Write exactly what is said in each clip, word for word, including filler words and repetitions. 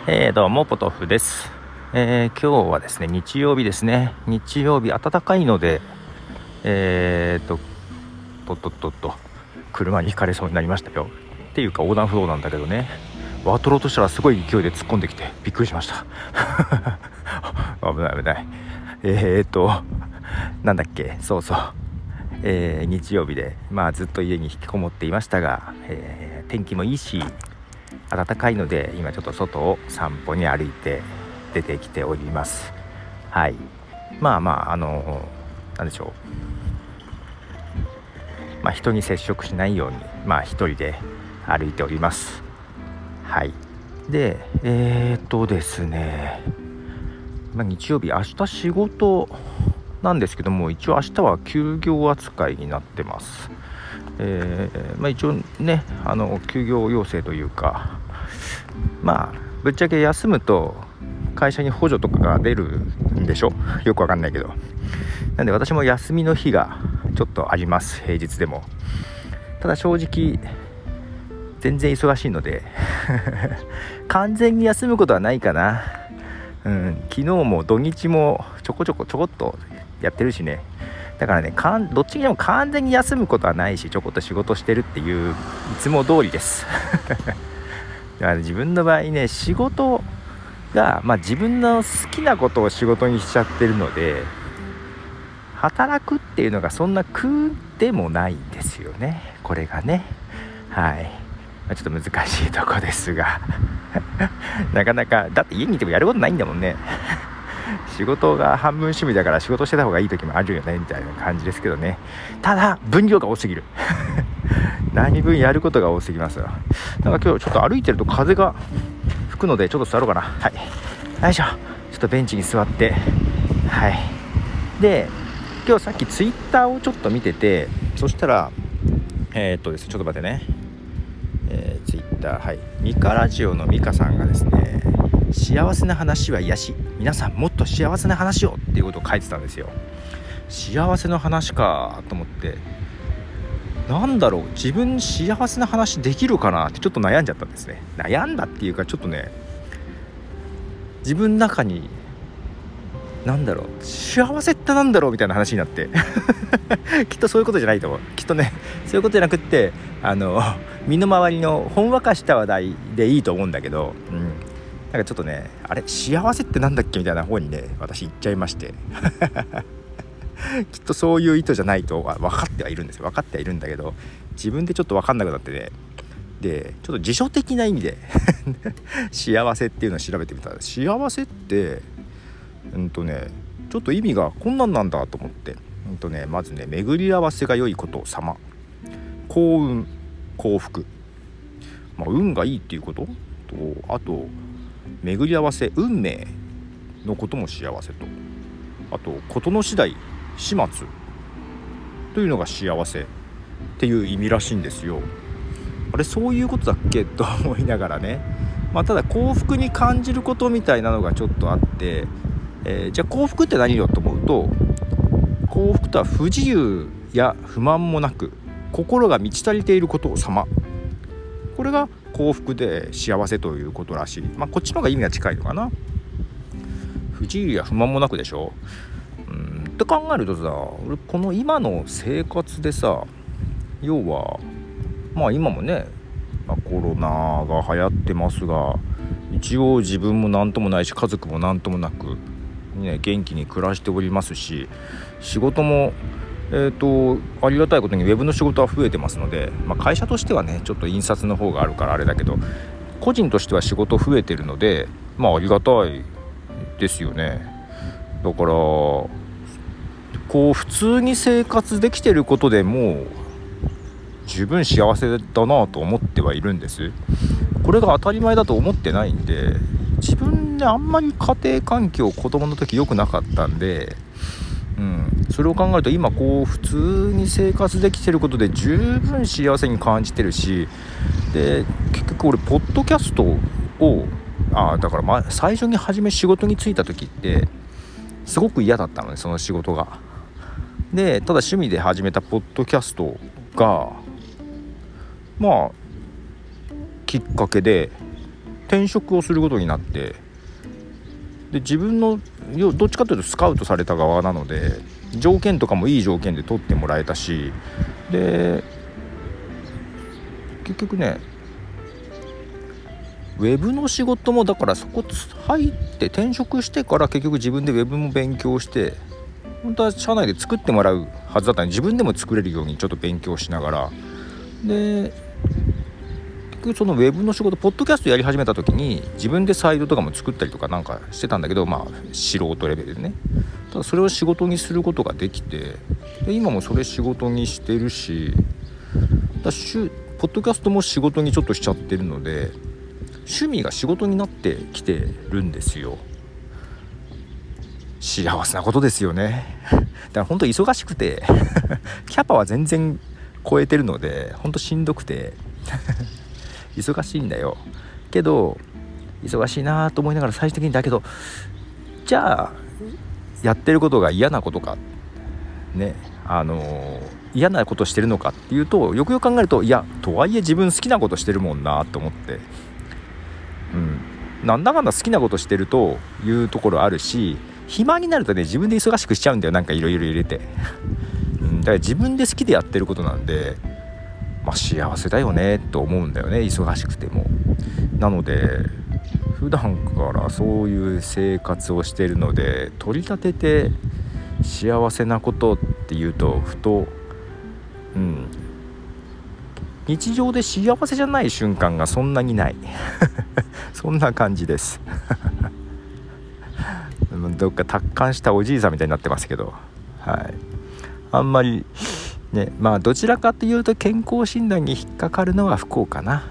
えー、どうもポトフです。えー、今日はですね日曜日ですね。日曜日暖かいのでえーととっとっとっと車にひかれそうになりましたよ。っていうか横断歩道なんだけどね、渡ろうとしたらすごい勢いで突っ込んできてびっくりしました危ない危ない。えーとなんだっけそうそう、えー、日曜日でまあずっと家に引きこもっていましたが、えー、天気もいいし暖かいので今ちょっと外を散歩に歩いて出てきております。はい。まあまああのなんでしょう、まあ人に接触しないようにまあ一人で歩いております。はい。でえー、っとですね、まあ、日曜日明日仕事なんですけども、一応明日は休業扱いになってます。えーまあ、一応ねあの休業要請というか、まあぶっちゃけ休むと会社に補助とかが出るんでしょ、よくわかんないけど。なんで私も休みの日がちょっとあります、平日でも。ただ正直全然忙しいので完全に休むことはないかな。うん、昨日も土日もちょこちょこちょこっとやってるしね。だからね、かんどっちにでも完全に休むことはないし、ちょこっと仕事してるっていういつも通りですだから自分の場合ね、仕事が、まあ、自分の好きなことを仕事にしちゃってるので、働くっていうのがそんな苦でもないんですよね、これがね。はい、まあ、ちょっと難しいとこですがなかなかだって家にいてもやることないんだもんね仕事が半分趣味だから仕事してた方がいい時もあるよねみたいな感じですけどね。ただ分量が多すぎる何分やることが多すぎますよ。なんか今日ちょっと歩いてると風が吹くのでちょっと座ろうかな。はい、よいしょ。ちょっとベンチに座って、はい。で今日さっきツイッターをちょっと見てて、そしたらえー、っとですねちょっと待ってね、えー、ツイッター、はい、ミカラジオのミカさんがですね、幸せな話は癒し、皆さんもっと幸せな話をっていうことを書いてたんですよ。幸せの話かと思って、なんだろう、自分幸せな話できるかなってちょっと悩んじゃったんですね。悩んだっていうか、ちょっとね自分の中になんだろう、幸せってなんだろうみたいな話になってきっとそういうことじゃないと思う。きっとねそういうことじゃなくって、あの身の回りのほんわかした話題でいいと思うんだけど、うん、なんかちょっとね、あれ幸せってなんだっけみたいな方にね私行っちゃいましてきっとそういう意図じゃないと分かってはいるんですよ。分かってはいるんだけど、自分でちょっと分かんなくなってね、でちょっと辞書的な意味で幸せっていうのを調べてみたら、幸せってうんとねちょっと意味がこんなんなんだと思って、うんとねまずね、巡り合わせが良いこと様、幸運幸福、まあ、運がいいっていうことと、あと巡り合わせ運命のことも幸せと、あと事の次第始末というのが幸せっていう意味らしいんですよ。あれそういうことだっけと思いながらね、まあ、ただ幸福に感じることみたいなのがちょっとあって、えー、じゃあ幸福って何よと思うと、幸福とは不自由や不満もなく心が満ち足りていることを様、これが幸福で幸せということらしい。まあこっちの方が意味が近いのかな。不自由や不満もなくでしょ。うんって考えるとさ、俺この今の生活でさ、要はまあ今もね、まあ、コロナが流行ってますが、一応自分も何ともないし家族も何ともなく、ね、元気に暮らしておりますし、仕事もえーとありがたいことにウェブの仕事は増えてますので、まあ、会社としてはねちょっと印刷の方があるからあれだけど、個人としては仕事増えてるので、まあありがたいですよね。だからこう普通に生活できてることでもう十分幸せだなと思ってはいるんです。これが当たり前だと思ってないんで、自分であんまり家庭環境子供の時良くなかったんで、うん、それを考えると今こう普通に生活できてることで十分幸せに感じてるし、で結局俺ポッドキャストをあだから、ま、最初に初め仕事に就いた時ってすごく嫌だったのね、その仕事が。でただ趣味で始めたポッドキャストがまあきっかけで転職をすることになって、で自分のどっちかというとスカウトされた側なので、条件とかもいい条件で取ってもらえたし、で結局ねウェブの仕事もだからそこ入って転職してから結局自分でウェブも勉強して、本当は社内で作ってもらうはずだったのに自分でも作れるようにちょっと勉強しながら、で結局そのウェブの仕事ポッドキャストやり始めた時に自分でサイトとかも作ったりとかなんかしてたんだけど、まあ素人レベルでね、ただそれを仕事にすることができて、で今もそれ仕事にしてるし、だしポッドキャストも仕事にちょっとしちゃってるので、趣味が仕事になってきてるんですよ。幸せなことですよね。だから本当忙しくてキャパは全然超えてるので本当しんどくて忙しいんだよ。けど忙しいなと思いながら最終的にだけど、じゃあやってることが嫌なことかね、あのー、嫌なことしてるのかっていうと、よくよく考えるといやとはいえ自分好きなことしてるもんなと思って、うん、なんだかんだ好きなことしてるというところあるし、暇になるとね自分で忙しくしちゃうんだよ、なんかいろいろ入れて、うん、だから自分で好きでやってることなんで、まあ幸せだよねと思うんだよね、忙しくても。なので普段からそういう生活をしてるので、取り立てて幸せなことっていうとふと、うん、日常で幸せじゃない瞬間がそんなにないそんな感じですどっか達観したおじいさんみたいになってますけど、はい、あんまりね、まあどちらかというと健康診断に引っかかるのは不幸かな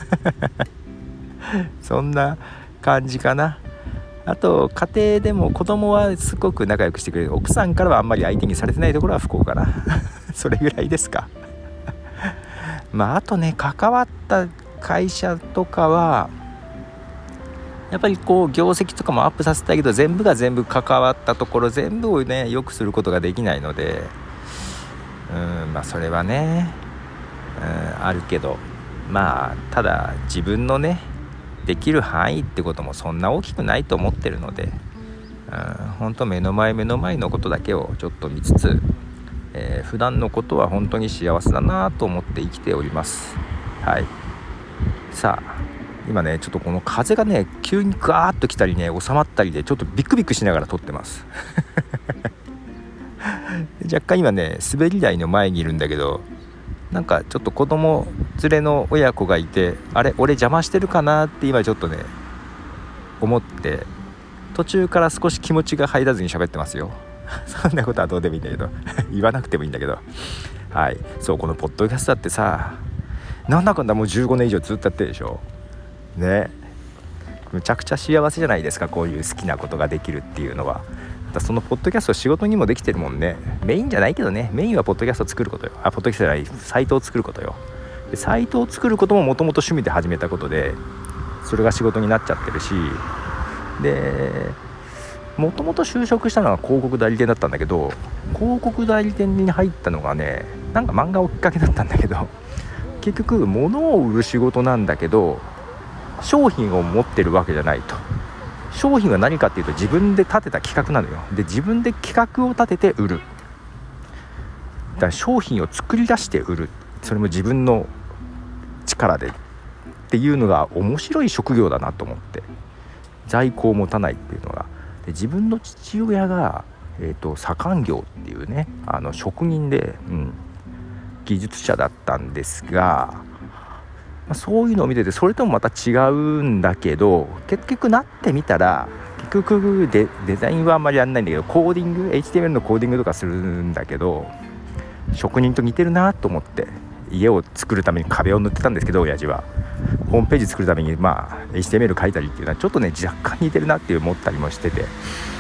そんな感じかな。あと家庭でも子供はすごく仲良くしてくれる、奥さんからはあんまり相手にされてないところは不幸かなそれぐらいですかまああとね、関わった会社とかはやっぱりこう業績とかもアップさせたいけど、全部が全部関わったところ全部をね良くすることができないので、うんまあそれはね、うんあるけど、まあただ自分のねできる範囲ってこともそんな大きくないと思ってるので、うん、本当目の前目の前のことだけをちょっと見つつ、えー、普段のことは本当に幸せだなと思って生きております。はい。さあ今ねちょっとこの風がね急にガーッと来たりね収まったりでちょっとビクビクしながら撮ってます若干今ね滑り台の前にいるんだけど、なんかちょっと子供連れの親子がいて、あれ俺邪魔してるかなって今ちょっとね思って、途中から少し気持ちが入らずに喋ってますよそんなことはどうでもいいんだけど言わなくてもいいんだけど、はい。そうこのポッドキャストだってさ、なんだかんだもうじゅうごねん以上ずっとやってるでしょね。むちゃくちゃ幸せじゃないですか、こういう好きなことができるっていうのは。またそのポッドキャスト仕事にもできてるもんね。メインじゃないけどね、メインはポッドキャストを作ることよ。あ、ポッドキャストじゃない、サイトを作ることよ。でサイトを作ることももともと趣味で始めたことで、それが仕事になっちゃってるし、でもともと就職したのは広告代理店だったんだけど、広告代理店に入ったのがね、なんか漫画をきっかけだったんだけど、結局物を売る仕事なんだけど商品を持ってるわけじゃないと。商品は何かっていうと自分で立てた企画なのよ。で自分で企画を立てて売る。だから商品を作り出して売る、それも自分の力でっていうのが面白い職業だなと思って、在庫を持たないっていうのが。で自分の父親が、えーと、左官業っていうね、あの職人で、うん、技術者だったんですが、そういうのを見ててそれともまた違うんだけど、結局なってみたら結局 デ, デザインはあんまりやんないんだけど、コーディング エイチティーエムエル のコーディングとかするんだけど、職人と似てるなと思って、家を作るために壁を塗ってたんですけど、親父はホームページ作るためにまあ エイチティーエムエル 書いたりっていうのはちょっとね若干似てるなって思ったりもしてて、うん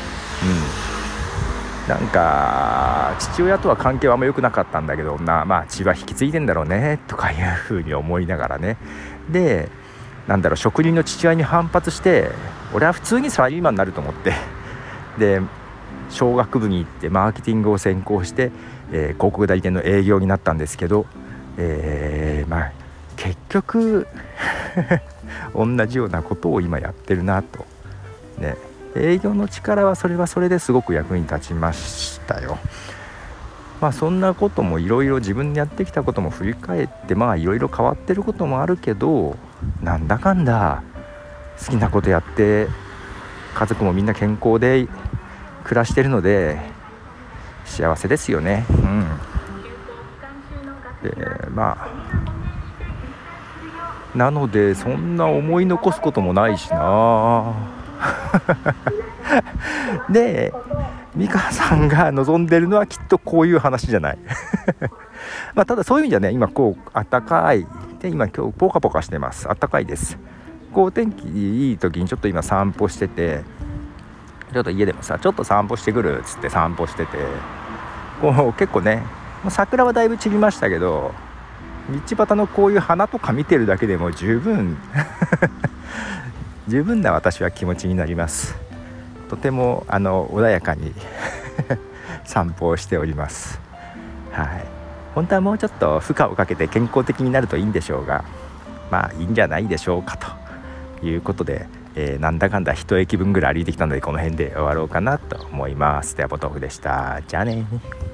なんか父親とは関係はあんま良くなかったんだけどな、まあ血は引き継いでんだろうねとかいう風に思いながらね。でなんだろう、職人の父親に反発して、俺は普通にサラリーマンになると思って、で商学部に行ってマーケティングを専攻して、えー、広告代理店の営業になったんですけど、えー、まあ結局同じようなことを今やってるなとね。営業の力はそれはそれですごく役に立ちましたよ。まあそんなこともいろいろ自分でやってきたことも振り返って、まあいろいろ変わってることもあるけど、なんだかんだ好きなことやって家族もみんな健康で暮らしてるので幸せですよね。うんでまあなのでそんな思い残すこともないしなで美香さんが望んでるのはきっとこういう話じゃないまあただそういう意味じゃね、今こう暖かいで、今今日ポカポカしてます。暖かいです。こう天気いい時にちょっと今散歩してて、ちょっと家でもさちょっと散歩してくるっつって散歩してて、こう結構ね桜はだいぶ散りましたけど、道端のこういう花とか見てるだけでも十分十分な私は気持ちになります。とてもあの穏やかに散歩をしております。はい、本当はもうちょっと負荷をかけて健康的になるといいんでしょうが、まあいいんじゃないでしょうかということで、えー、なんだかんだ一駅分ぐらい歩いてきたのでこの辺で終わろうかなと思います。ではポトフでした。じゃあね。